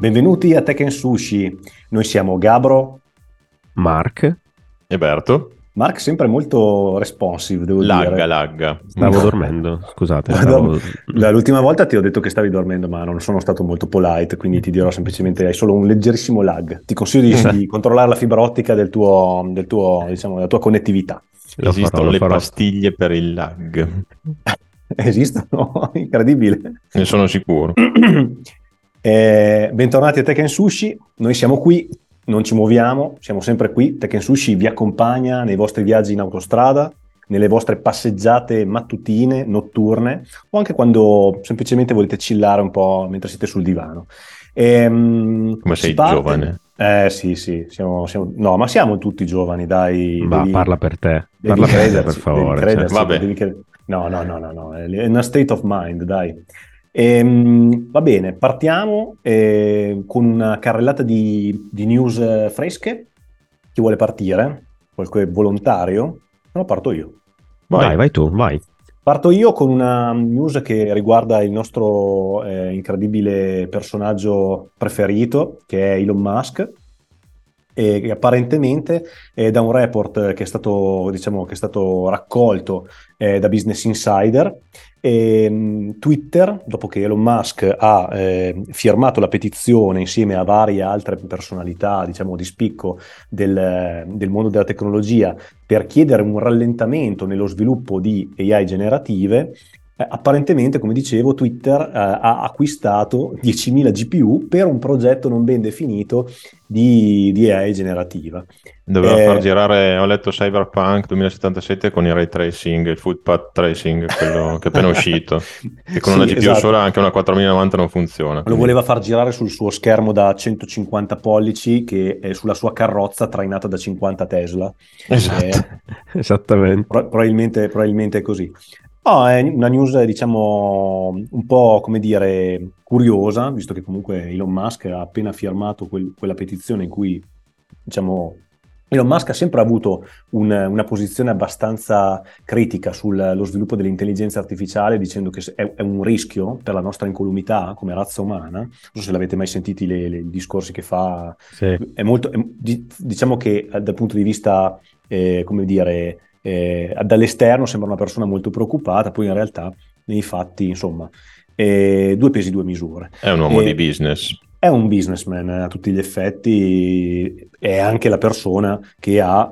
Benvenuti a Tech Sushi. Noi siamo Gabro. Mark, E Berto? Mark sempre molto responsive, devo dire. Lagga. stavo dormendo, scusate, L'ultima volta ti ho detto che stavi dormendo, ma non sono stato molto polite, quindi ti dirò semplicemente hai solo un leggerissimo lag. Ti consiglio di controllare la fibra ottica diciamo, della tua connettività. Esistono lo le farò. pastiglie per il lag, Esistono? Incredibile. ne sono sicuro. Bentornati a Tech Sushi. Noi siamo qui, non ci muoviamo, siamo sempre qui. Tech Sushi vi accompagna nei vostri viaggi in autostrada, nelle vostre passeggiate mattutine, notturne, o anche quando semplicemente volete chillare un po' mentre siete sul divano. Come Si sei parte? giovane. Sì, no, ma siamo tutti giovani, dai. Parla per te, Devi parla per te, crederci, per favore. devi crederci, Vabbè. No, è una state of mind, dai. Va bene, partiamo con una carrellata di news fresche. Chi vuole partire? Qualche volontario? No, parto io. Dai, vai tu, vai. Parto io con una news che riguarda il nostro incredibile personaggio preferito, che è Elon Musk, e che apparentemente da un report che è stato, diciamo, che è stato raccolto da Business Insider. Twitter, dopo che Elon Musk ha firmato la petizione insieme a varie altre personalità, diciamo, di spicco del mondo della tecnologia per chiedere un rallentamento nello sviluppo di AI generative, apparentemente, come dicevo, Twitter ha acquistato 10.000 GPU per un progetto non ben definito di AI generativa. Doveva far girare, ho letto Cyberpunk 2077 con il ray tracing, il full path tracing, quello che è appena uscito, che con una GPU esatto. sola anche una 4090 non funziona. Lo Quindi voleva far girare sul suo schermo da 150 pollici che è sulla sua carrozza trainata da 50 Tesla. Esatto. Esattamente. Probabilmente è così. No, è una news, diciamo, un po', come dire, curiosa, visto che comunque Elon Musk ha appena firmato quella petizione in cui, diciamo, Elon Musk ha sempre avuto una posizione abbastanza critica sullo sviluppo dell'intelligenza artificiale, dicendo che è un rischio per la nostra incolumità come razza umana. Non so se l'avete mai sentiti i discorsi che fa. Sì. Diciamo che dal punto di vista, come dire, dall'esterno sembra una persona molto preoccupata, poi in realtà nei fatti, insomma, due pesi, due misure. È un uomo di business. È un businessman a tutti gli effetti, è anche la persona che ha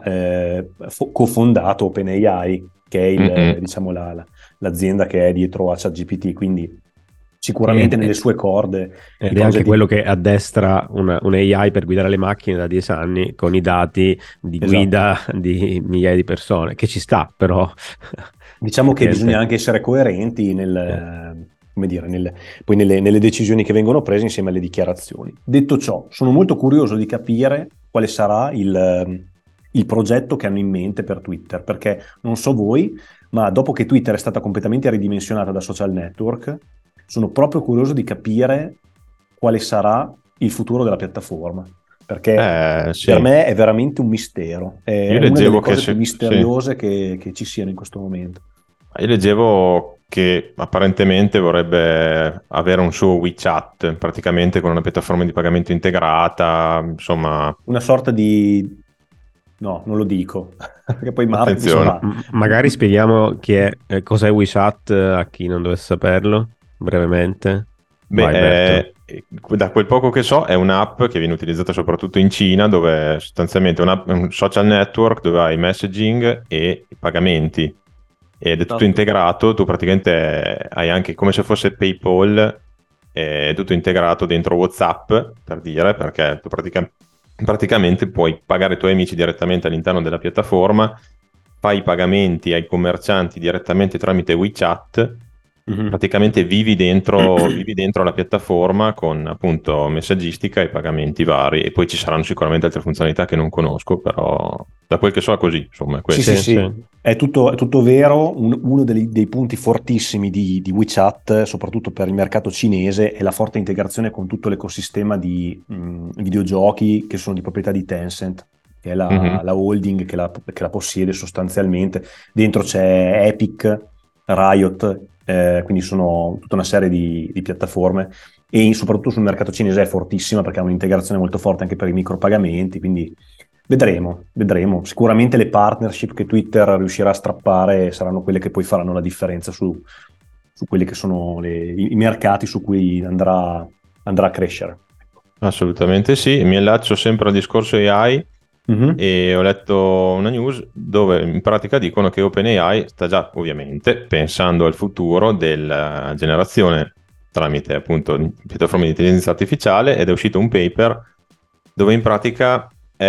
cofondato OpenAI, che è diciamo, l'azienda che è dietro a ChatGPT, quindi sicuramente nelle sue corde. Ed è anche quello che addestra un AI per guidare le macchine da 10 anni con i dati di guida di migliaia di persone, che ci sta, però. Diciamo che bisogna anche essere coerenti come dire, poi nelle decisioni che vengono prese insieme alle dichiarazioni. Detto ciò, sono molto curioso di capire quale sarà il progetto che hanno in mente per Twitter, perché non so voi, ma dopo che Twitter è stata completamente ridimensionata da social network, sono proprio curioso di capire quale sarà il futuro della piattaforma, perché Sì. per me è veramente un mistero, è una delle cose più misteriose che ci siano in questo momento. Io leggevo che apparentemente vorrebbe avere un suo WeChat, praticamente con una piattaforma di pagamento integrata, insomma. Una sorta di... No, non lo dico, perché poi Mark Attenzione. Magari spieghiamo cos'è WeChat a chi non dovesse saperlo, brevemente. Vai, Berto. Da quel poco che so è un'app che viene utilizzata soprattutto in Cina, dove sostanzialmente è un social network dove hai messaging e i pagamenti. Ed è tutto integrato, tu praticamente hai anche come se fosse PayPal, è tutto integrato dentro WhatsApp, per dire, perché tu praticamente puoi pagare i tuoi amici direttamente all'interno della piattaforma, fai i pagamenti ai commercianti direttamente tramite WeChat, praticamente vivi dentro la piattaforma con appunto messaggistica e pagamenti vari, e poi ci saranno sicuramente altre funzionalità che non conosco, però da quel che so è così, insomma, è questo. Sì. È tutto vero. Uno dei punti fortissimi di WeChat, soprattutto per il mercato cinese, è la forte integrazione con tutto l'ecosistema di videogiochi che sono di proprietà di Tencent, che è la holding che la possiede sostanzialmente. Dentro c'è Epic, Riot, quindi sono tutta una serie di piattaforme e soprattutto sul mercato cinese è fortissima perché ha un'integrazione molto forte anche per i micropagamenti, quindi vedremo. Sicuramente le partnership che Twitter riuscirà a strappare saranno quelle che poi faranno la differenza su quelli che sono i mercati su cui andrà a crescere. Assolutamente sì, mi allaccio sempre al discorso AI. E ho letto una news dove in pratica dicono che OpenAI sta già ovviamente pensando al futuro della generazione tramite appunto piattaforme di intelligenza artificiale, ed è uscito un paper dove in pratica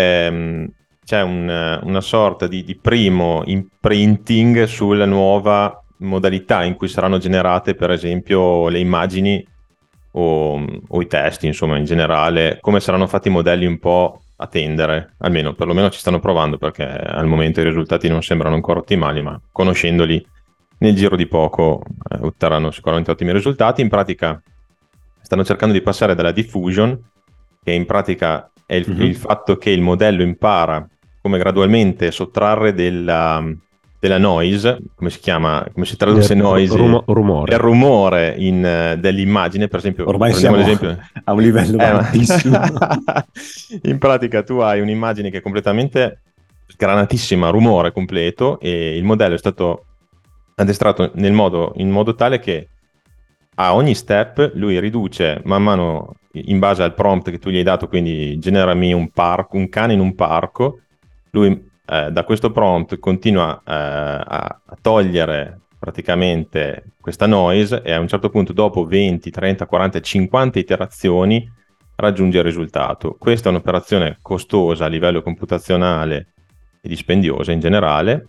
c'è una sorta di primo imprinting sulla nuova modalità in cui saranno generate per esempio le immagini o i testi, insomma in generale, come saranno fatti i modelli un po' a tendere, almeno perlomeno ci stanno provando, perché al momento i risultati non sembrano ancora ottimali, ma conoscendoli nel giro di poco otterranno sicuramente ottimi risultati. In pratica stanno cercando di passare dalla diffusion, che in pratica è il fatto che il modello impara come gradualmente sottrarre della noise, come si chiama, come si traduce noise? Rumore. Il rumore dell'immagine, per esempio. Ormai siamo a un livello altissimo. In pratica tu hai un'immagine che è completamente sgranatissima, rumore completo, e il modello è stato addestrato in modo tale che a ogni step lui riduce man mano in base al prompt che tu gli hai dato, quindi generami un cane in un parco. Lui da questo prompt continua a togliere praticamente questa noise, e a un certo punto, dopo 20, 30, 40, 50 iterazioni, raggiunge il risultato. Questa è un'operazione costosa a livello computazionale e dispendiosa in generale,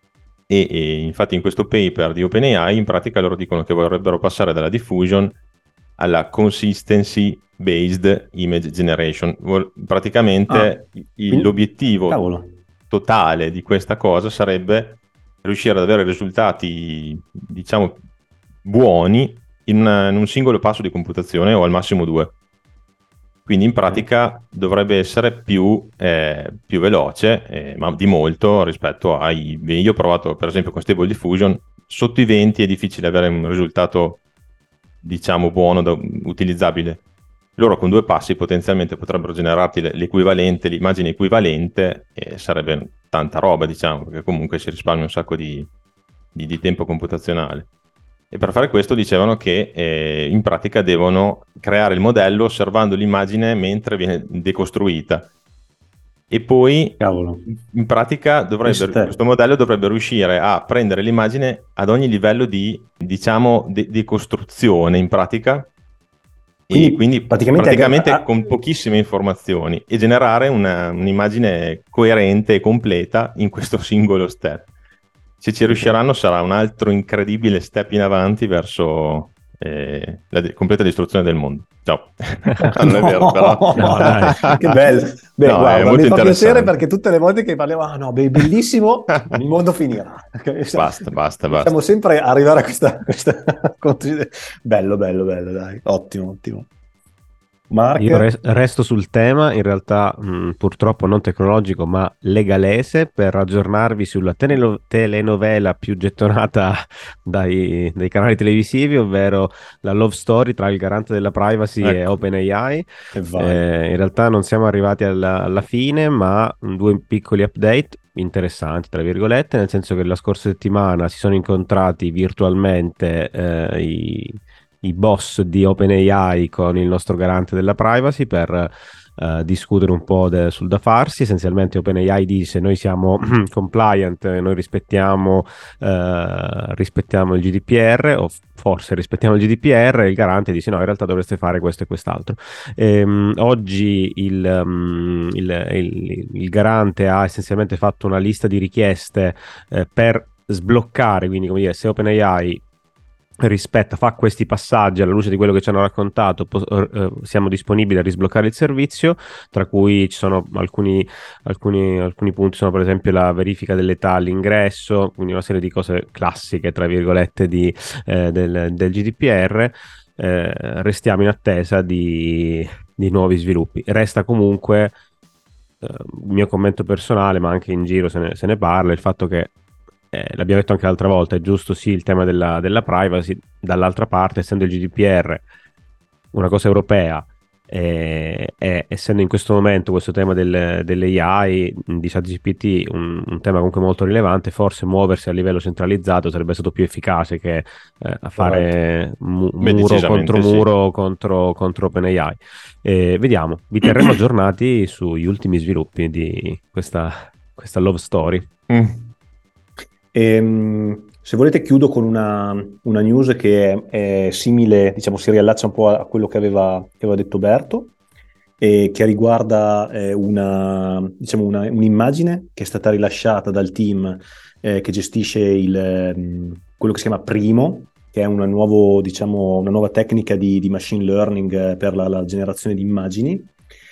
e infatti in questo paper di OpenAI in pratica loro dicono che vorrebbero passare dalla diffusion alla consistency based image generation. Praticamente l'obiettivo totale di questa cosa sarebbe riuscire ad avere risultati, diciamo, buoni in un singolo passo di computazione, o al massimo 2. Quindi in pratica dovrebbe essere più veloce, ma di molto rispetto ai... Io ho provato per esempio con Stable Diffusion, sotto i 20 è difficile avere un risultato, diciamo, buono, utilizzabile. Loro con 2 passi potenzialmente potrebbero generarti l'immagine equivalente, e sarebbe tanta roba, diciamo, perché comunque si risparmia un sacco di tempo computazionale. E per fare questo dicevano che in pratica devono creare il modello osservando l'immagine mentre viene decostruita. E poi in pratica questo modello dovrebbe riuscire a prendere l'immagine ad ogni livello di, diciamo, decostruzione in pratica. Quindi praticamente con pochissime informazioni, e generare un'immagine coerente e completa in questo singolo step. Se ci riusciranno sarà un altro incredibile step in avanti verso la completa distruzione del mondo. Ciao. Non è vero, però. No, dai, che bello. Beh, guarda, mi fa piacere, perché tutte le volte che parliamo, bellissimo, il mondo finirà. Basta. Possiamo sempre arrivare a questa... Bello, dai. Ottimo. Mark? Io resto sul tema, in realtà purtroppo non tecnologico ma legalese, per aggiornarvi sulla telenovela più gettonata dai canali televisivi, ovvero la love story tra il garante della privacy e OpenAI. In realtà non siamo arrivati alla fine, ma 2 piccoli update interessanti, tra virgolette, nel senso che la scorsa settimana si sono incontrati virtualmente i boss di OpenAI con il nostro garante della privacy per discutere un po' sul da farsi. Essenzialmente OpenAI dice: noi siamo compliant, noi rispettiamo il GDPR, o forse rispettiamo il GDPR, e il garante dice: no, in realtà dovreste fare questo e quest'altro. Oggi il garante ha essenzialmente fatto una lista di richieste per sbloccare, quindi come dire, se OpenAI fa questi passaggi alla luce di quello che ci hanno raccontato, siamo disponibili a risbloccare il servizio, tra cui ci sono alcuni punti, sono per esempio la verifica dell'età all'ingresso, quindi una serie di cose classiche, tra virgolette, del GDPR. Restiamo in attesa di nuovi sviluppi. Resta comunque il mio commento personale, ma anche in giro se ne parla, il fatto che l'abbiamo detto anche l'altra volta, è giusto sì il tema della privacy, dall'altra parte, essendo il GDPR una cosa europea, e essendo in questo momento questo tema dell'AI, di ChatGPT, un tema comunque molto rilevante, forse muoversi a livello centralizzato sarebbe stato più efficace che a fare Beh, muro contro decisamente sì. muro contro OpenAI. Vediamo, vi terremo aggiornati sugli ultimi sviluppi di questa love story. Se volete chiudo con una news che è simile, diciamo, si riallaccia un po' a quello che aveva detto Berto, che riguarda un'immagine che è stata rilasciata dal team che gestisce quello che si chiama Primo, che è una nuova tecnica di machine learning per la generazione di immagini,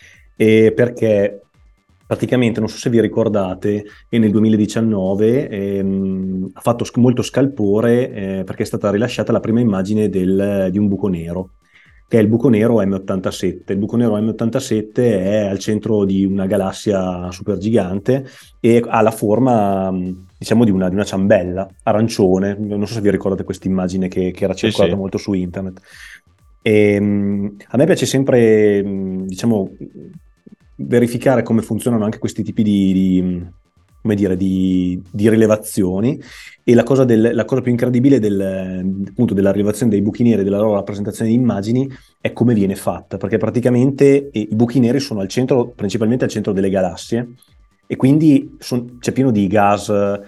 perché praticamente, non so se vi ricordate, e nel 2019 ha fatto molto scalpore perché è stata rilasciata la prima immagine di un buco nero, che è il buco nero M87. Il buco nero M87 è al centro di una galassia supergigante e ha la forma, diciamo, di una ciambella arancione. Non so se vi ricordate questa immagine che era circolata molto su internet. A me piace sempre, diciamo, verificare come funzionano anche questi tipi come dire, di rilevazioni, e la cosa più incredibile appunto della rilevazione dei buchi neri e della loro rappresentazione di immagini è come viene fatta, perché praticamente i buchi neri sono principalmente al centro delle galassie, e quindi c'è pieno di gas,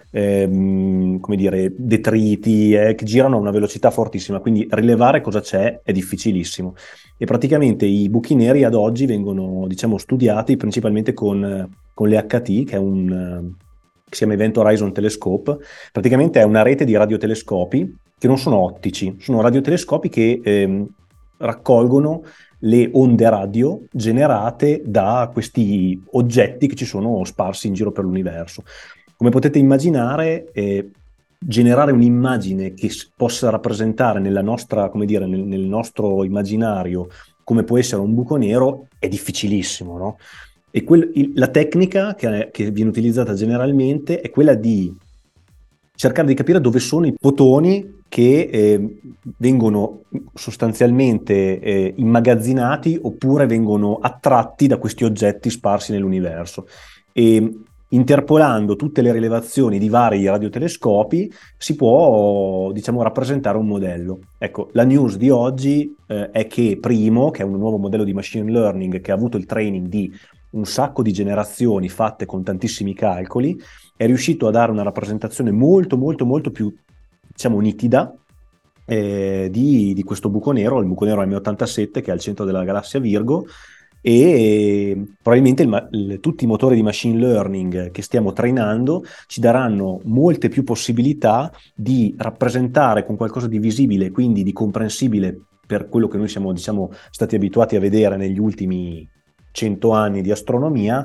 come dire, detriti che girano a una velocità fortissima, quindi rilevare cosa c'è è difficilissimo. E praticamente i buchi neri ad oggi vengono, diciamo, studiati principalmente con l'EHT, che si chiama Event Horizon Telescope. Praticamente è una rete di radiotelescopi che non sono ottici, sono radiotelescopi che raccolgono le onde radio generate da questi oggetti che ci sono sparsi in giro per l'universo. Come potete immaginare, generare un'immagine che possa rappresentare nella nostra, come dire, nel nostro immaginario come può essere un buco nero è difficilissimo, no? E la tecnica che viene utilizzata generalmente è quella di cercare di capire dove sono i fotoni che vengono sostanzialmente immagazzinati oppure vengono attratti da questi oggetti sparsi nell'universo. E interpolando tutte le rilevazioni di vari radiotelescopi si può, diciamo, rappresentare un modello. Ecco, la news di oggi è che Primo, che è un nuovo modello di machine learning che ha avuto il training di un sacco di generazioni fatte con tantissimi calcoli, è riuscito a dare una rappresentazione molto molto molto più, diciamo, nitida di questo buco nero, il buco nero M87, che è al centro della galassia Virgo, e probabilmente tutti i motori di machine learning che stiamo trainando ci daranno molte più possibilità di rappresentare con qualcosa di visibile, quindi di comprensibile per quello che noi siamo, diciamo, stati abituati a vedere negli ultimi 100 anni di astronomia,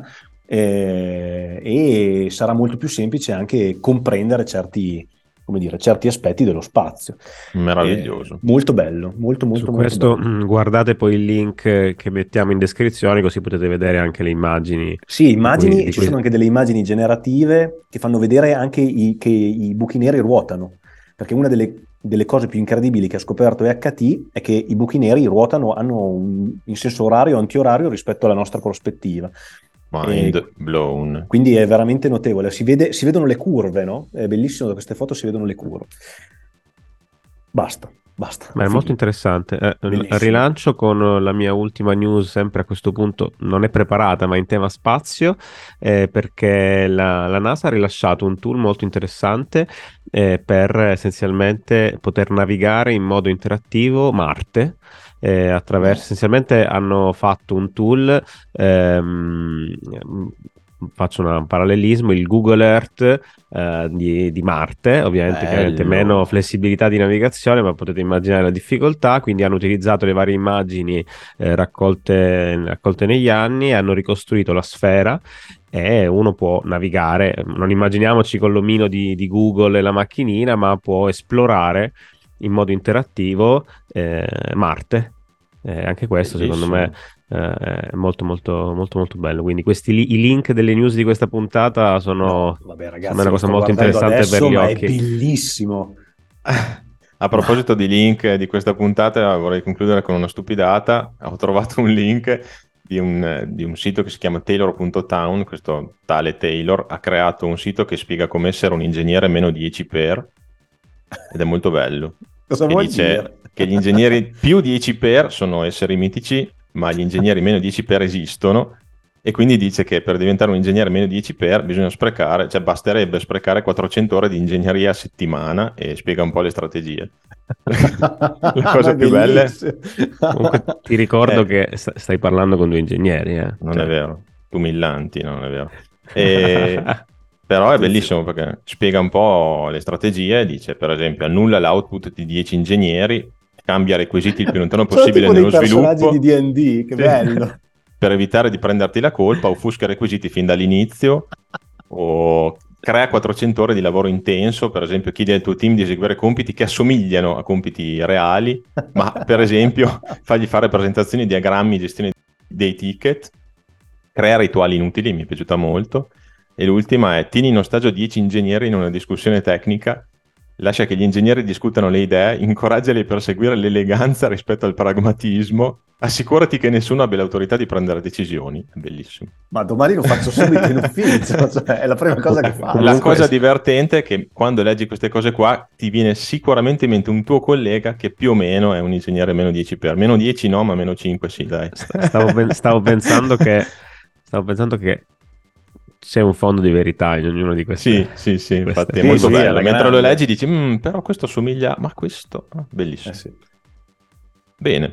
e sarà molto più semplice anche comprendere certi aspetti dello spazio. Meraviglioso. Molto bello, molto molto Su molto questo bello. guardate poi il link che mettiamo in descrizione, così potete vedere anche le immagini. Sì, ci sono anche delle immagini generative che fanno vedere anche che i buchi neri ruotano, perché una delle cose più incredibili che ha scoperto EHT è che i buchi neri ruotano, hanno in senso orario o antiorario rispetto alla nostra prospettiva. Mind blown. Quindi è veramente notevole, si vedono le curve, no? È bellissimo, da queste foto si vedono le curve. Basta. Ma è molto interessante. Rilancio con la mia ultima news, sempre a questo punto non è preparata, ma in tema spazio, perché la NASA ha rilasciato un tool molto interessante per essenzialmente poter navigare in modo interattivo Marte. Essenzialmente hanno fatto un tool, faccio un parallelismo, il Google Earth di Marte, ovviamente chiaramente meno flessibilità di navigazione, ma potete immaginare la difficoltà. Quindi hanno utilizzato le varie immagini raccolte negli anni, hanno ricostruito la sfera e uno può navigare, non immaginiamoci con l'omino di Google e la macchinina, ma può esplorare in modo interattivo Marte. Anche questo Bellissimo. Secondo me è molto molto molto molto bello. Quindi i link delle news di questa puntata sono vabbè, ragazzi, una cosa molto interessante per gli occhi. è bellissimo. A proposito di link di questa puntata, vorrei concludere con una stupidata. Ho trovato un link di un sito che si chiama Taylor.town. Questo tale Taylor ha creato un sito che spiega come essere un ingegnere meno 10 per, ed è molto bello. Cosa E vuol dice dire? che gli ingegneri più 10 per sono esseri mitici, ma gli ingegneri meno 10 per esistono. E quindi dice che per diventare un ingegnere meno 10 per bisogna sprecare, cioè basterebbe sprecare 400 ore di ingegneria a settimana, e spiega un po' le strategie. La cosa più bella Comunque ti ricordo che stai parlando con due ingegneri, non cioè. è vero, tu Millanti, non è vero. Però è bellissimo perché spiega un po' le strategie, dice per esempio annulla l'output di 10 ingegneri, cambia requisiti il più lontano possibile Sono tipo nello dei personaggi sviluppo. di D&D, che Sì. bello. Per evitare di prenderti la colpa, offusca i requisiti fin dall'inizio, o crea 400 ore di lavoro intenso, per esempio chiedi al tuo team di eseguire compiti che assomigliano a compiti reali, ma per esempio fagli fare presentazioni, diagrammi, gestione dei ticket, crea rituali inutili, mi è piaciuta molto. E l'ultima è: tieni in ostaggio 10 ingegneri in una discussione tecnica, lascia che gli ingegneri discutano le idee, incoraggiali a perseguire l'eleganza rispetto al pragmatismo, assicurati che nessuno abbia l'autorità di prendere decisioni. È bellissimo. Ma domani lo faccio subito in ufficio, cioè, è la prima cosa che faccio. La cosa divertente è che quando leggi queste cose qua ti viene sicuramente in mente un tuo collega che più o meno è un ingegnere meno 10 per. Meno 10 no, ma meno 5 sì, dai. Stavo pensando che c'è un fondo di verità in ognuno di questi. Sì, infatti è Sì, molto sì, bello. alla Mentre grande. lo leggi dici, però questo somiglia, ma questo, bellissimo. Sì. Bene.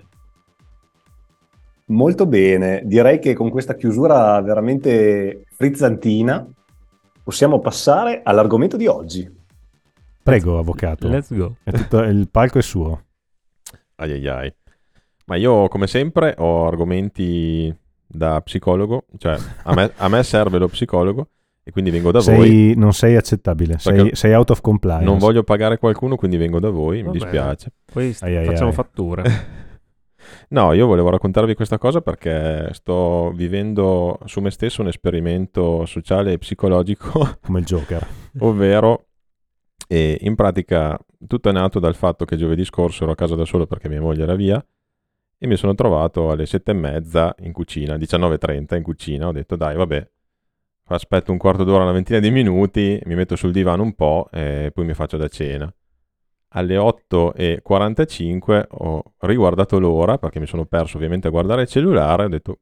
Molto bene, direi che con questa chiusura veramente frizzantina possiamo passare all'argomento di oggi. Prego, avvocato. Let's go. Il palco è suo. Ai. Ma io, come sempre, ho argomenti da psicologo, cioè a me serve lo psicologo e quindi vengo da voi. Non sei accettabile, sei out of compliance. Non voglio pagare qualcuno, quindi vengo da voi, mi Vabbè, dispiace. Poi facciamo fatture. No, io volevo raccontarvi questa cosa perché sto vivendo su me stesso un esperimento sociale e psicologico. Come il Joker. Ovvero, in pratica, tutto è nato dal fatto che giovedì scorso ero a casa da solo perché mia moglie era via e mi sono trovato alle 7:30 in cucina, 19:30 in cucina. Ho detto dai, vabbè, aspetto un quarto d'ora, una ventina di minuti, mi metto sul divano un po' e poi mi faccio da cena. Alle 8:45 ho riguardato l'ora perché mi sono perso ovviamente a guardare il cellulare e ho detto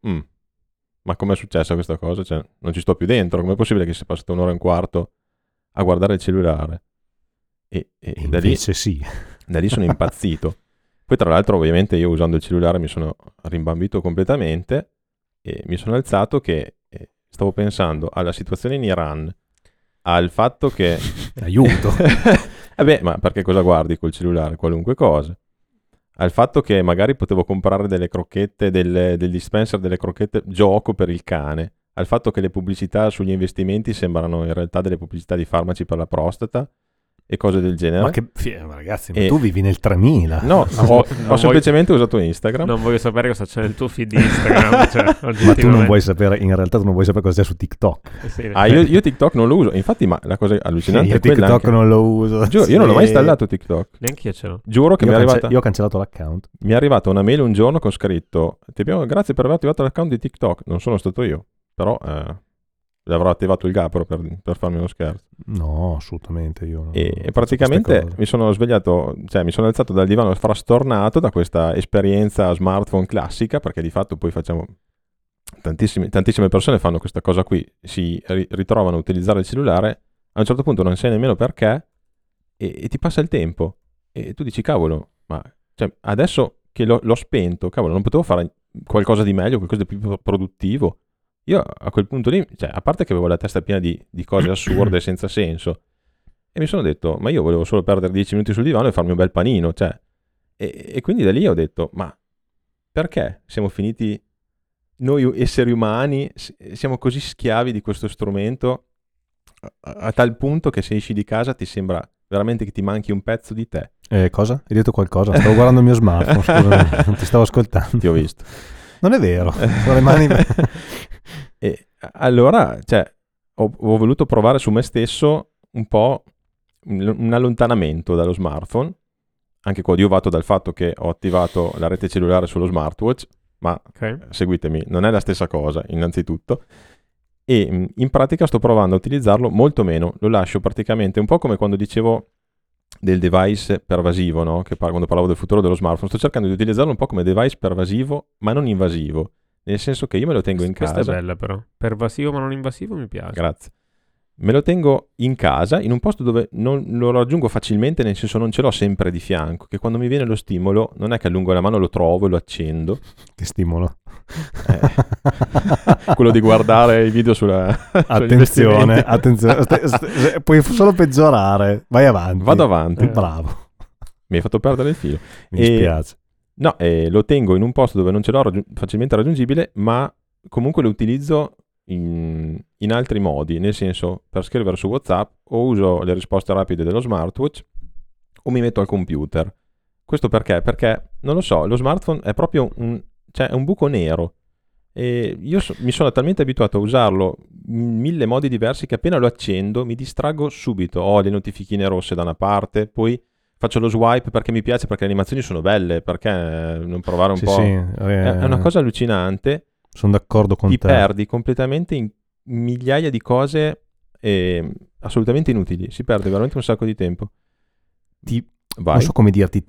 ma com'è successa questa cosa? Cioè, non ci sto più dentro, com'è possibile che sia passata un'ora e un quarto a guardare il cellulare? E da lì, sì. Da lì sono impazzito. Poi tra l'altro ovviamente io usando il cellulare mi sono rimbambito completamente e mi sono alzato che stavo pensando alla situazione in Iran, al fatto che... Aiuto! Ma perché cosa guardi col cellulare? Qualunque cosa. Al fatto che magari potevo comprare delle crocchette, del dispenser delle crocchette gioco per il cane. Al fatto che le pubblicità sugli investimenti sembrano in realtà delle pubblicità di farmaci per la prostata e cose del genere. Ma ragazzi, tu vivi nel 3000. No, ho semplicemente usato Instagram. Non voglio sapere cosa c'è nel tuo feed di Instagram. Cioè, ma tu non vuoi sapere, in realtà tu non vuoi sapere cosa c'è su TikTok. Sì. Io TikTok non lo uso. Infatti, ma la cosa allucinante io è quella TikTok non lo uso. Giuro, io non l'ho mai installato TikTok. Neanche io ce l'ho. Giuro che mi è arrivata... Io ho cancellato l'account. Mi è arrivata una mail un giorno con scritto: grazie per aver attivato l'account di TikTok. Non sono stato io, però l'avrò attivato il Gapro per farmi uno scherzo. No, assolutamente io. E praticamente mi sono svegliato, cioè mi sono alzato dal divano frastornato da questa esperienza smartphone classica, perché di fatto poi facciamo tantissime persone fanno questa cosa qui, si ritrovano a utilizzare il cellulare, a un certo punto non sai nemmeno perché e ti passa il tempo e tu dici cavolo, ma cioè, adesso che l'ho spento, cavolo, non potevo fare qualcosa di meglio, qualcosa di più produttivo? Io a quel punto lì, cioè, a parte che avevo la testa piena di cose assurde senza senso, e mi sono detto, ma io volevo solo perdere 10 minuti sul divano e farmi un bel panino, cioè, e quindi da lì ho detto, ma perché siamo finiti, noi esseri umani, siamo così schiavi di questo strumento, a tal punto che se esci di casa ti sembra veramente che ti manchi un pezzo di te. Cosa? Hai detto qualcosa? Stavo guardando il mio smartphone, scusami, non ti stavo ascoltando. Ti ho visto. Non è vero, sono le mani... E allora, cioè, ho voluto provare su me stesso un po' un allontanamento dallo smartphone, anche coadiuvato dal fatto che ho attivato la rete cellulare sullo smartwatch, ma seguitemi, non è la stessa cosa innanzitutto, e in pratica sto provando a utilizzarlo molto meno, lo lascio praticamente un po' come quando dicevo del device pervasivo, no? Quando parlavo del futuro dello smartphone, sto cercando di utilizzarlo un po' come device pervasivo ma non invasivo, nel senso che io me lo tengo in casa. Questa è bella però, pervasivo ma non invasivo mi piace. Grazie. Me lo tengo in casa, in un posto dove non lo raggiungo facilmente, nel senso non ce l'ho sempre di fianco, che quando mi viene lo stimolo non è che allungo la mano, lo trovo e lo accendo. Che stimolo. Quello di guardare i video sulla attenzione, puoi solo peggiorare. Vai avanti. Vado avanti. Bravo. Mi hai fatto perdere il filo. Mi dispiace. No, lo tengo in un posto dove non ce l'ho facilmente raggiungibile, ma comunque lo utilizzo in altri modi, nel senso per scrivere su WhatsApp o uso le risposte rapide dello smartwatch o mi metto al computer. Questo perché? Perché, non lo so, lo smartphone è proprio è un buco nero e io mi sono talmente abituato a usarlo in 1000 modi diversi che appena lo accendo mi distraggo subito. Ho le notifichine rosse da una parte, poi faccio lo swipe perché mi piace, perché le animazioni sono belle, perché non provare un po'? È una cosa allucinante. Sono d'accordo con te. Ti perdi completamente in migliaia di cose assolutamente inutili. Si perde veramente un sacco di tempo. Non so come dirti,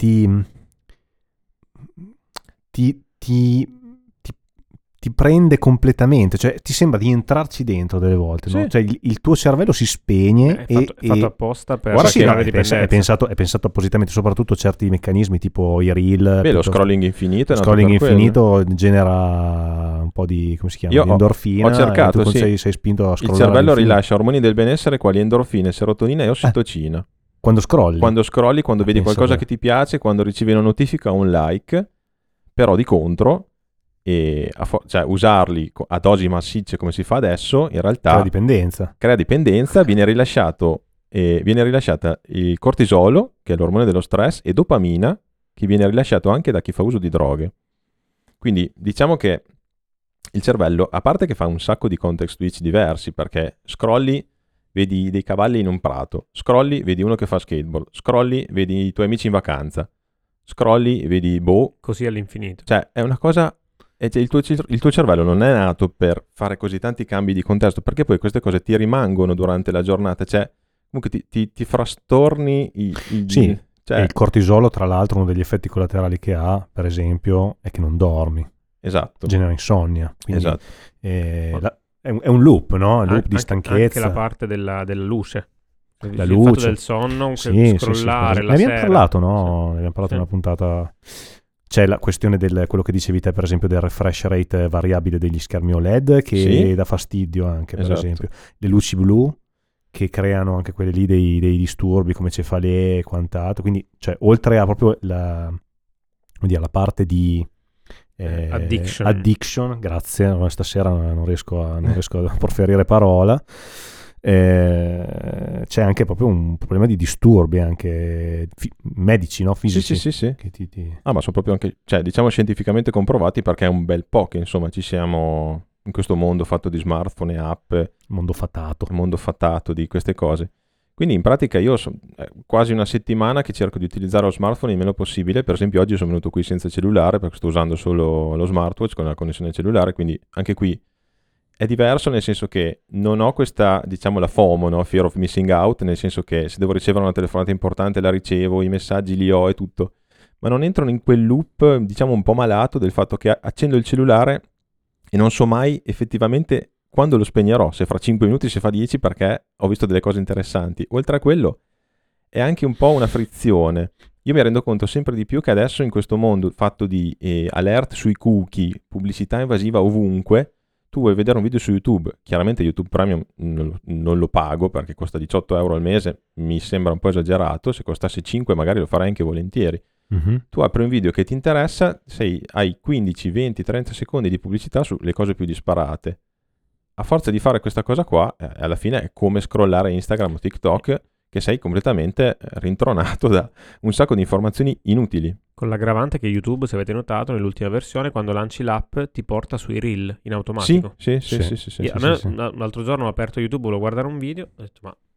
ti prende completamente, cioè ti sembra di entrarci dentro delle volte, sì. No? Cioè il tuo cervello si spegne è fatto apposta per è pensato appositamente, soprattutto certi meccanismi tipo i reel. Lo scrolling infinito. Lo scrolling infinito genera un po' di, come si chiama, io di endorfina. Ho cercato, e tu sei spinto a scrollare. Il cervello rilascia ormoni del benessere quali endorfine, serotonina e ossitocina. Quando scrolli, quando vedi qualcosa che ti piace, quando ricevi una notifica o un like, però di contro, cioè usarli a dosi massicce come si fa adesso, in realtà crea dipendenza, viene rilasciata il cortisolo, che è l'ormone dello stress, e dopamina, che viene rilasciato anche da chi fa uso di droghe. Quindi diciamo che il cervello, a parte che fa un sacco di context switch diversi, perché scrolli, vedi dei cavalli in un prato, scrolli, vedi uno che fa skateboard, scrolli, vedi i tuoi amici in vacanza, scrolli, vedi così all'infinito. Cioè è una cosa, il tuo cervello non è nato per fare così tanti cambi di contesto, perché poi queste cose ti rimangono durante la giornata, cioè comunque ti frastorni sì, cioè, e il cortisolo, tra l'altro, uno degli effetti collaterali che ha, per esempio, è che non dormi. Esatto. Genera insonnia. Quindi, esatto. È un loop, no? Un loop di stanchezza. Anche la parte della luce. La il luce. fatto del sonno, scrollare la ne abbiamo sera. parlato, no? Ne abbiamo parlato in una puntata. C'è la questione quello che dicevi te, per esempio, del refresh rate variabile degli schermi OLED, che dà fastidio anche, per esempio. Le luci blu, che creano anche quelle lì dei disturbi come cefalee e quant'altro. Quindi, cioè, oltre a proprio la parte di addiction, grazie, stasera non riesco a proferire parola. C'è anche proprio un problema di disturbi anche medici, no? Fisici. Sì. Che ma sono proprio anche, cioè, diciamo scientificamente comprovati, perché è un bel po' che insomma ci siamo in questo mondo fatto di smartphone e app, mondo fatato di queste cose. Quindi in pratica io quasi una settimana che cerco di utilizzare lo smartphone il meno possibile. Per esempio oggi sono venuto qui senza cellulare perché sto usando solo lo smartwatch con la connessione cellulare, quindi anche qui è diverso, nel senso che non ho questa, diciamo, la FOMO, no? Fear of missing out, nel senso che se devo ricevere una telefonata importante la ricevo, i messaggi li ho e tutto, ma non entro in quel loop, diciamo, un po' malato del fatto che accendo il cellulare e non so mai effettivamente quando lo spegnerò, se fra 5 minuti, se fa 10, perché ho visto delle cose interessanti. Oltre a quello è anche un po' una frizione. Io mi rendo conto sempre di più che adesso in questo mondo fatto di alert sui cookie, pubblicità invasiva ovunque, tu vuoi vedere un video su YouTube, chiaramente YouTube Premium non lo pago perché costa 18 euro al mese, mi sembra un po' esagerato, se costasse 5 magari lo farei anche volentieri. Mm-hmm. Tu apri un video che ti interessa, hai 15, 20, 30 secondi di pubblicità sulle cose più disparate. A forza di fare questa cosa qua, alla fine è come scrollare Instagram o TikTok, che sei completamente rintronato da un sacco di informazioni inutili. Con l'aggravante che YouTube, se avete notato, nell'ultima versione, quando lanci l'app, ti porta sui reel in automatico. Sì. L'altro giorno ho aperto YouTube, volevo guardare un video, ho detto, ma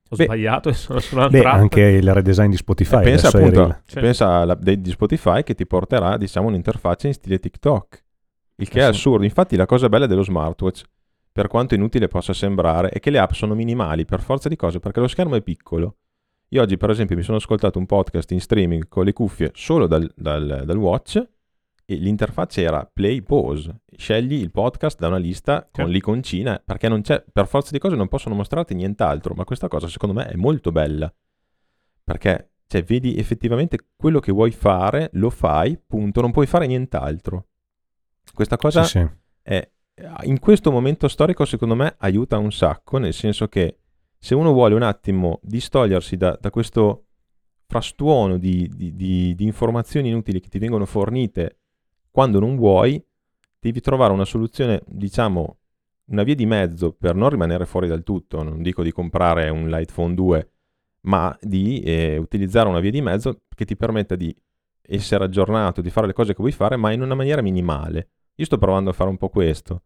Ho sbagliato e sono una trappola. Anche il redesign di Spotify. Pensa appunto, pensa all'update di Spotify che ti porterà, diciamo, un'interfaccia in stile TikTok, il che è assurdo. Infatti la cosa bella dello smartwatch, per quanto inutile possa sembrare, è che le app sono minimali per forza di cose, perché lo schermo è piccolo. Io oggi per esempio mi sono ascoltato un podcast in streaming con le cuffie solo dal watch, e l'interfaccia era play pause, scegli il podcast da una lista con l'iconcina, perché non c'è, per forza di cose non possono mostrarti nient'altro, ma questa cosa secondo me è molto bella, perché vedi effettivamente quello che vuoi fare, lo fai, punto, non puoi fare nient'altro. Questa cosa è, in questo momento storico secondo me aiuta un sacco, nel senso che se uno vuole un attimo distogliersi da questo frastuono di informazioni inutili che ti vengono fornite quando non vuoi, devi trovare una soluzione, diciamo, una via di mezzo per non rimanere fuori dal tutto. Non dico di comprare un Litephone 2, ma di utilizzare una via di mezzo che ti permetta di essere aggiornato, di fare le cose che vuoi fare, ma in una maniera minimale. Io sto provando a fare un po' questo.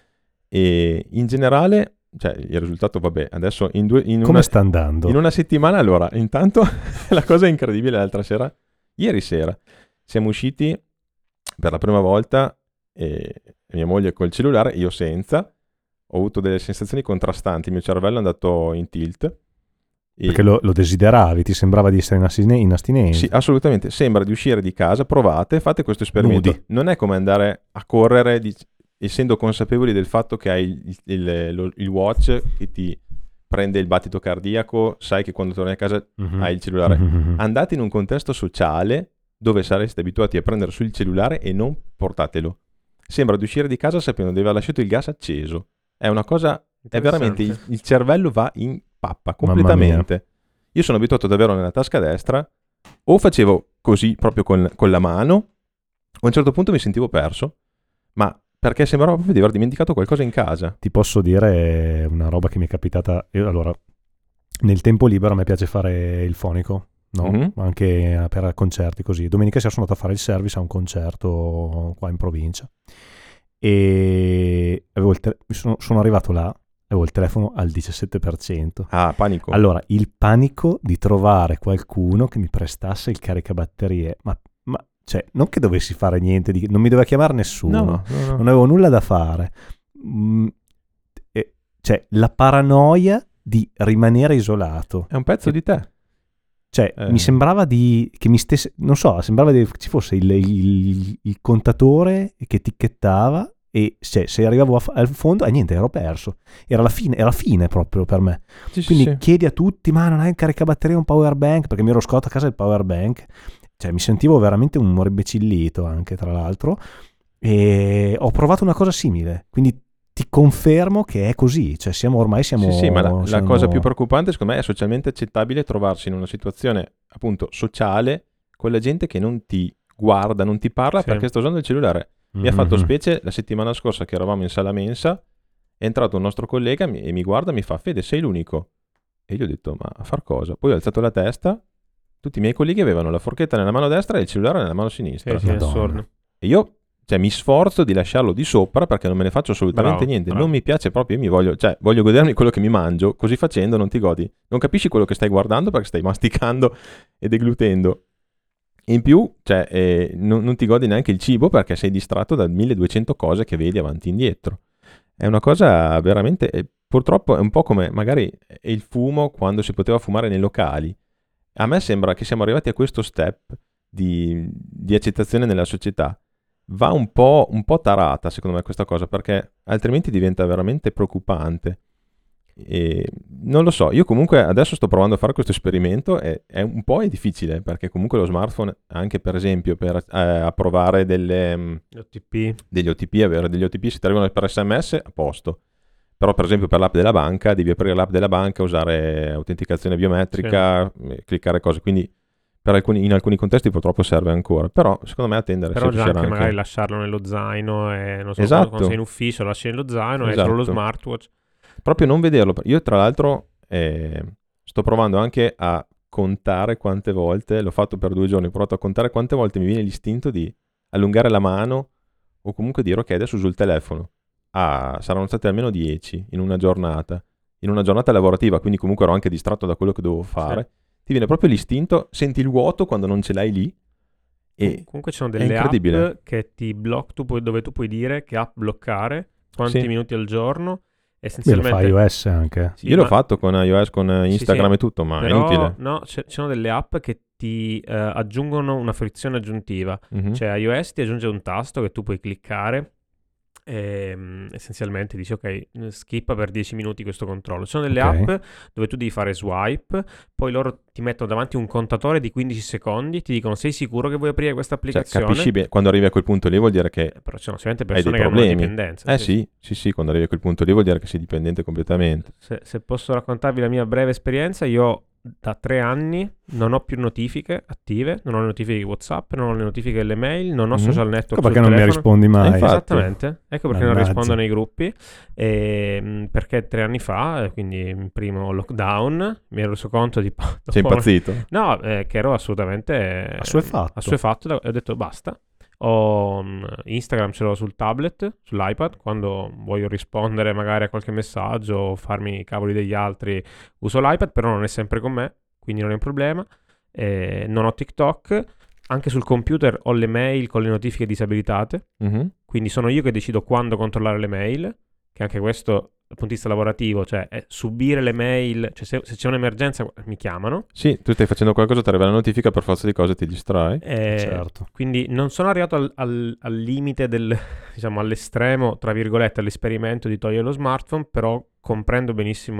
E in generale, il risultato, vabbè, adesso come sta andando? In una settimana, allora, intanto la cosa incredibile, l'altra sera, ieri sera, siamo usciti per la prima volta, mia moglie col cellulare, io senza. Ho avuto delle sensazioni contrastanti, il mio cervello è andato in tilt. Perché lo desideravi, ti sembrava di essere in astinenza. Sì, assolutamente, sembra di uscire di casa, provate, fate questo esperimento. Nudi. Non è come andare a correre essendo consapevoli del fatto che hai il watch che ti prende il battito cardiaco, sai che quando torni a casa hai il cellulare. Andate in un contesto sociale dove sareste abituati a prendere sul cellulare e non portatelo. Sembra di uscire di casa sapendo di aver lasciato il gas acceso. È una cosa, è veramente, il cervello va in pappa completamente. Io sono abituato ad averlo nella tasca destra, o facevo così proprio con la mano, o a un certo punto mi sentivo perso, ma perché sembrava proprio di aver dimenticato qualcosa in casa. Ti posso dire una roba che mi è capitata. Allora, nel tempo libero a me piace fare il fonico, no? Anche per concerti così. Domenica sera sono andato a fare il service a un concerto qua in provincia e sono arrivato là, avevo il telefono al 17%. Ah, panico. Allora, il panico di trovare qualcuno che mi prestasse il caricabatterie, ma non che dovessi fare niente, non mi doveva chiamare nessuno, no. Non avevo nulla da fare. La paranoia di rimanere isolato. È un pezzo di te. Mi sembrava che mi stesse, non so, sembrava che ci fosse il contatore che ticchettava e se arrivavo al fondo, niente, ero perso. Era la fine proprio per me. Quindi chiedi a tutti, ma non hai un caricabatteria, un power bank? Perché mi ero scordato a casa il power bank. Mi sentivo veramente un imbecillito anche, tra l'altro, e ho provato una cosa simile, quindi ti confermo che è così, siamo Sì, ma la cosa più preoccupante secondo me è socialmente accettabile trovarsi in una situazione appunto sociale con la gente che non ti guarda, non ti parla perché sta usando il cellulare. Mi ha fatto specie la settimana scorsa che eravamo in sala mensa, è entrato un nostro collega e mi guarda e mi fa: Fede, sei l'unico? E gli ho detto: ma a far cosa? Poi ho alzato la testa, tutti i miei colleghi avevano la forchetta nella mano destra e il cellulare nella mano sinistra. Sì, assurdo. E io mi sforzo di lasciarlo di sopra perché non me ne faccio assolutamente niente. Non mi piace proprio, io voglio godermi quello che mi mangio, così facendo non ti godi, non capisci quello che stai guardando perché stai masticando e deglutendo. In più, non ti godi neanche il cibo perché sei distratto da 1200 cose che vedi avanti e indietro. È una cosa veramente, purtroppo è un po' come magari è il fumo quando si poteva fumare nei locali. A me sembra che siamo arrivati a questo step di accettazione nella società. Va un po' tarata secondo me questa cosa, perché altrimenti diventa veramente preoccupante. E non lo so, io comunque adesso sto provando a fare questo esperimento e è un po' difficile, perché comunque lo smartphone, anche per esempio per approvare degli OTP, avere degli OTP se ti arrivano per SMS, a posto. Però per esempio per l'app della banca devi aprire l'app della banca, usare autenticazione biometrica, cliccare cose, quindi in alcuni contesti purtroppo serve ancora, però secondo me attendere. Però già anche magari lasciarlo nello zaino, e non so, quando sei in ufficio lo lasci nello zaino, e solo lo smartwatch. Proprio non vederlo. Io tra l'altro sto provando anche a contare quante volte, l'ho fatto per 2 giorni, ho provato a contare quante volte mi viene l'istinto di allungare la mano o comunque dire ok, adesso uso il telefono. Saranno state almeno 10 in una giornata. in una giornata lavorativa, quindi comunque ero anche distratto da quello che dovevo fare, ti viene proprio l'istinto, senti il vuoto quando non ce l'hai lì. E comunque ci sono delle app che ti dove tu puoi dire che app bloccare, quanti minuti al giorno. Essenzialmente lo fa iOS anche. Sì, io l'ho fatto con iOS, con Instagram e tutto, ma però, è inutile. No, ci sono delle app che ti aggiungono una frizione aggiuntiva. Cioè iOS ti aggiunge un tasto che tu puoi cliccare e essenzialmente dici ok, skippa per 10 minuti questo controllo. Ci sono delle app dove tu devi fare swipe, poi loro ti mettono davanti un contatore di 15 secondi, ti dicono sei sicuro che vuoi aprire questa applicazione? Cioè, capisci bene, quando arrivi a quel punto lì vuol dire che però ci sono sicuramente persone che hanno una dipendenza. Sì, quando arrivi a quel punto lì vuol dire che sei dipendente completamente. Se posso raccontarvi la mia breve esperienza, io da 3 anni non ho più notifiche attive, non ho le notifiche di WhatsApp, non ho le notifiche delle mail, non ho social network perché non mi rispondi mai. Esattamente, ecco perché non rispondo nei gruppi, perché 3 anni fa, quindi in primo lockdown, mi ero reso conto di... Sei impazzito? No, che ero assolutamente assuefatto e ho detto basta. Instagram ce l'ho sul tablet, sull'iPad, quando voglio rispondere magari a qualche messaggio o farmi i cavoli degli altri uso l'iPad, però non è sempre con me, quindi non è un problema. Non ho TikTok, anche sul computer ho le mail con le notifiche disabilitate, quindi sono io che decido quando controllare le mail, che anche questo dal punto di vista lavorativo, cioè subire le mail, cioè se c'è un'emergenza mi chiamano. Sì, tu stai facendo qualcosa, ti arriva la notifica, per forza di cose ti distrai. Certo. Quindi non sono arrivato al limite del, diciamo, all'estremo, tra virgolette, all'esperimento di togliere lo smartphone, però comprendo benissimo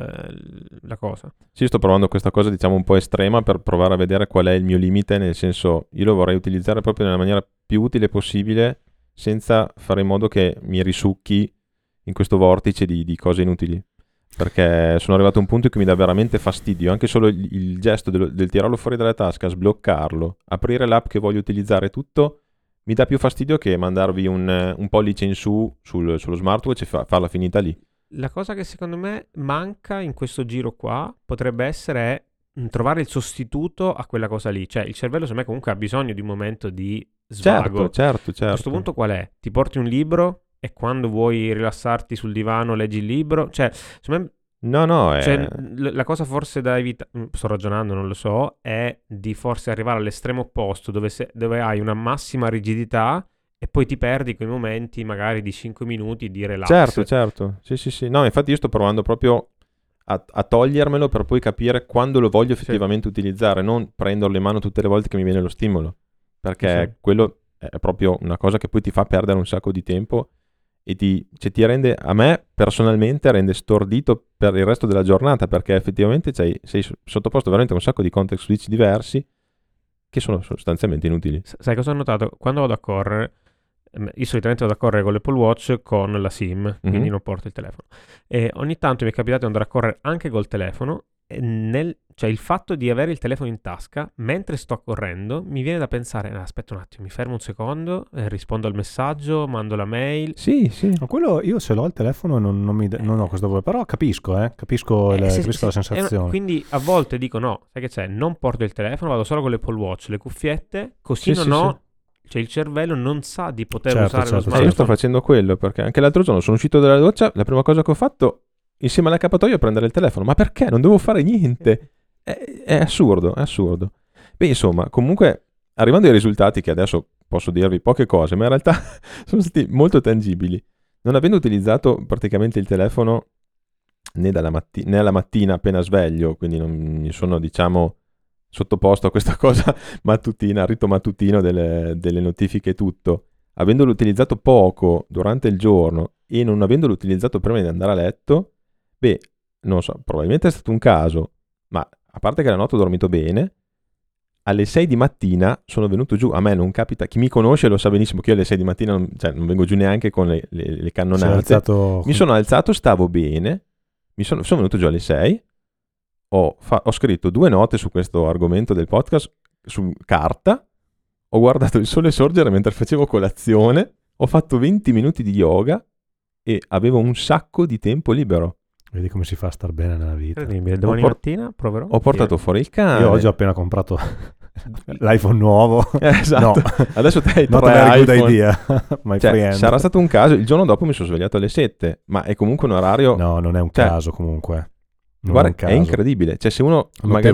la cosa. Sì, sto provando questa cosa, diciamo, un po' estrema per provare a vedere qual è il mio limite, nel senso, io lo vorrei utilizzare proprio nella maniera più utile possibile, senza fare in modo che mi risucchi in questo vortice di cose inutili, perché sono arrivato a un punto in cui mi dà veramente fastidio anche solo il gesto del tirarlo fuori dalla tasca, sbloccarlo, aprire l'app che voglio utilizzare, tutto mi dà più fastidio che mandarvi un pollice in su sullo smartwatch e farla finita lì. La cosa che secondo me manca in questo giro qua potrebbe essere trovare il sostituto a quella cosa lì, cioè il cervello secondo me comunque ha bisogno di un momento di svago. Certo. A questo punto qual è? Ti porti un libro e quando vuoi rilassarti sul divano leggi il libro, cioè secondo me cioè, la cosa forse da evitare, sto ragionando, non lo so, è di forse arrivare all'estremo opposto dove hai una massima rigidità e poi ti perdi quei momenti magari di 5 minuti di relax. Certo, sì. No, infatti io sto provando proprio a togliermelo per poi capire quando lo voglio effettivamente utilizzare, non prenderlo in mano tutte le volte che mi viene lo stimolo, perché quello è proprio una cosa che poi ti fa perdere un sacco di tempo e ti rende, a me personalmente rende stordito per il resto della giornata, perché effettivamente sei sottoposto veramente a un sacco di context switch diversi che sono sostanzialmente inutili. Sai cosa ho notato? Quando vado a correre, io solitamente vado a correre con l'Apple Watch con la SIM, quindi non porto il telefono, e ogni tanto mi è capitato di andare a correre anche col telefono, e cioè il fatto di avere il telefono in tasca mentre sto correndo mi viene da pensare aspetta un attimo, mi fermo un secondo, rispondo al messaggio, mando la mail. Sì. Ma quello io se l'ho il telefono non ho questo, però capisco la sensazione. Quindi a volte dico no, sai che c'è, non porto il telefono, vado solo con l'Apple Watch, le cuffiette, così cioè il cervello non sa di poter usare lo smartphone. Io sto facendo quello perché anche l'altro giorno sono uscito dalla doccia, la prima cosa che ho fatto insieme all'accappatoio è prendere il telefono. Ma perché? Non devo fare niente. È assurdo. Beh, insomma, comunque, arrivando ai risultati, che adesso posso dirvi poche cose, ma in realtà sono stati molto tangibili. Non avendo utilizzato praticamente il telefono né alla mattina appena sveglio, quindi non mi sono, diciamo, sottoposto a questa cosa mattutina, al rito mattutino delle notifiche e tutto, avendolo utilizzato poco durante il giorno e non avendolo utilizzato prima di andare a letto, beh, non so, probabilmente è stato un caso, ma a parte che la notte ho dormito bene, alle 6 di mattina sono venuto giù. A me non capita, chi mi conosce lo sa benissimo che io alle 6 di mattina non vengo giù neanche con le cannonate. Mi sono alzato, stavo bene, sono venuto giù alle 6, ho scritto 2 note su questo argomento del podcast su carta, ho guardato il sole sorgere mentre facevo colazione, ho fatto 20 minuti di yoga e avevo un sacco di tempo libero. Vedi come si fa a star bene nella vita. Domani mattina proverò. Ho portato fuori il cane. Io oggi ho appena comprato l'iPhone nuovo. Esatto. No. Adesso te hai Not a very good idea, my friend. Sarà stato un caso, il giorno dopo mi sono svegliato alle 7, ma è comunque un orario... No, non è un caso comunque. Guarda, è incredibile. Cioè, se uno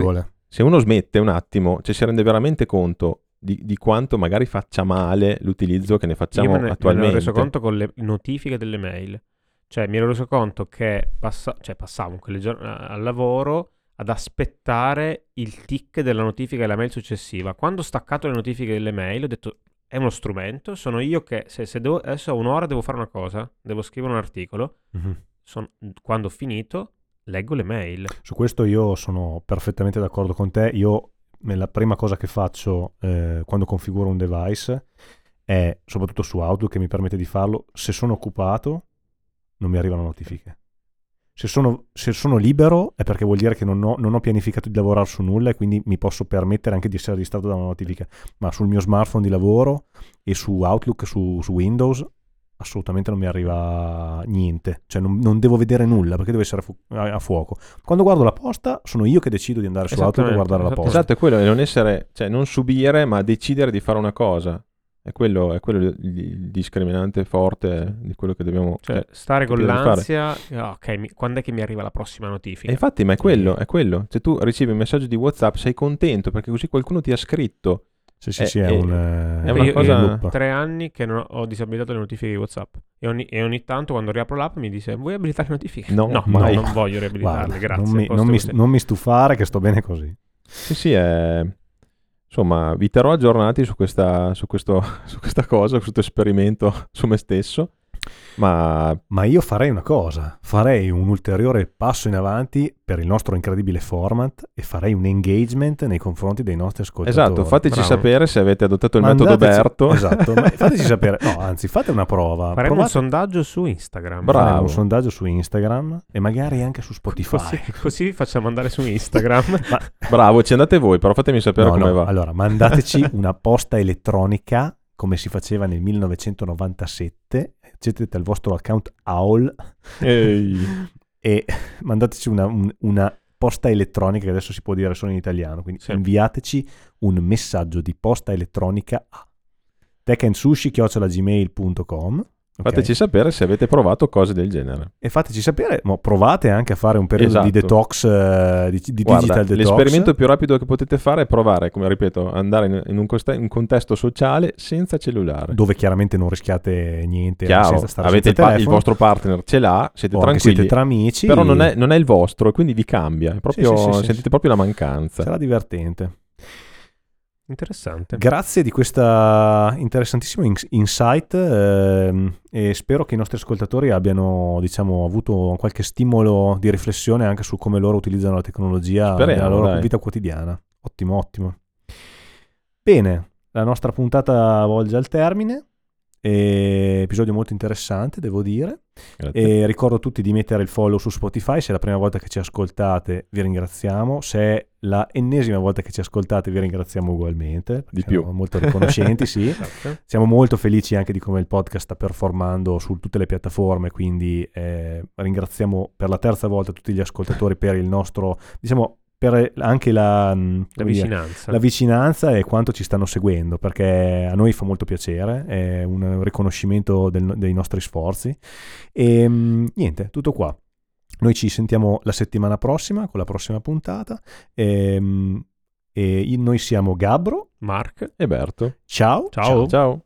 smette un attimo, si rende veramente conto di quanto magari faccia male l'utilizzo che ne facciamo attualmente. Mi ero reso conto con le notifiche delle mail. Cioè, mi ero reso conto che passavo quelle al lavoro ad aspettare il tick della notifica della mail successiva. Quando ho staccato le notifiche delle mail, ho detto, è uno strumento, sono io che se devo, adesso ho un'ora, devo fare una cosa, devo scrivere un articolo, quando ho finito, leggo le mail. Su questo io sono perfettamente d'accordo con te. Io, la prima cosa che faccio quando configuro un device è, soprattutto su Outlook, che mi permette di farlo, se sono occupato non mi arrivano notifiche. Se sono libero è perché vuol dire che non ho pianificato di lavorare su nulla e quindi mi posso permettere anche di essere distratto da una notifica. Ma sul mio smartphone di lavoro e su Outlook, su Windows, assolutamente non mi arriva niente. Cioè non devo vedere nulla perché deve essere a fuoco. Quando guardo la posta sono io che decido di andare su Outlook e guardare la posta. Esatto, è quello, non subire ma decidere di fare una cosa. È quello il discriminante forte di quello che dobbiamo... stare con l'ansia, ok, quando è che mi arriva la prossima notifica? E infatti, ma è quello. Se tu ricevi un messaggio di WhatsApp sei contento perché così qualcuno ti ha scritto. È una cosa... Io 3 anni che ho disabilitato le notifiche di WhatsApp e ogni tanto quando riapro l'app mi dice, vuoi abilitare le notifiche? No, non voglio riabilitarle, grazie. Non mi stufare che sto bene così. Sì, insomma, vi terrò aggiornati su questa cosa, su questo esperimento su me stesso. Ma io farei una cosa, farei un ulteriore passo in avanti per il nostro incredibile format e farei un engagement nei confronti dei nostri ascoltatori. Esatto, fateci sapere se avete adottato il metodo Berto. Esatto, fateci sapere, anzi fate una prova. Faremo un sondaggio su Instagram. Bravo. Faremo un sondaggio su Instagram e magari anche su Spotify. Così vi facciamo andare su Instagram. Bravo, ci andate voi, però fatemi sapere come va. Allora, mandateci una posta elettronica come si faceva nel 1997, accedete al vostro account AOL e mandateci una posta elettronica, che adesso si può dire solo in italiano, quindi inviateci un messaggio di posta elettronica a techandsushi@gmail.com. Fateci sapere se avete provato cose del genere. E fateci sapere, provate anche a fare un periodo di detox, di digital detox. L'esperimento più rapido che potete fare è provare, come ripeto, andare in un contesto sociale senza cellulare. Dove chiaramente non rischiate niente. Chiaro, senza stare avete senza il vostro partner ce l'ha, siete tranquilli. Siete tra amici. Però non è il vostro, quindi vi cambia. È proprio, sentite proprio la mancanza. Sarà divertente. Interessante. Grazie di questa interessantissimo insight e spero che i nostri ascoltatori abbiano, avuto qualche stimolo di riflessione anche su come loro utilizzano la tecnologia nella loro vita quotidiana. Ottimo. Bene, la nostra puntata volge al termine. Episodio molto interessante, devo dire. E ricordo a tutti di mettere il follow su Spotify. Se è la prima volta che ci ascoltate vi ringraziamo, se è la ennesima volta che ci ascoltate vi ringraziamo ugualmente, di più, molto riconoscenti. Sì. Esatto. Siamo molto felici anche di come il podcast sta performando su tutte le piattaforme, quindi ringraziamo per la terza volta tutti gli ascoltatori per il nostro, per anche la vicinanza e quanto ci stanno seguendo, perché a noi fa molto piacere, è un riconoscimento dei nostri sforzi. E niente, tutto qua. Noi ci sentiamo la settimana prossima con la prossima puntata. E noi siamo Gabbro, Mark e Berto. Ciao. Ciao.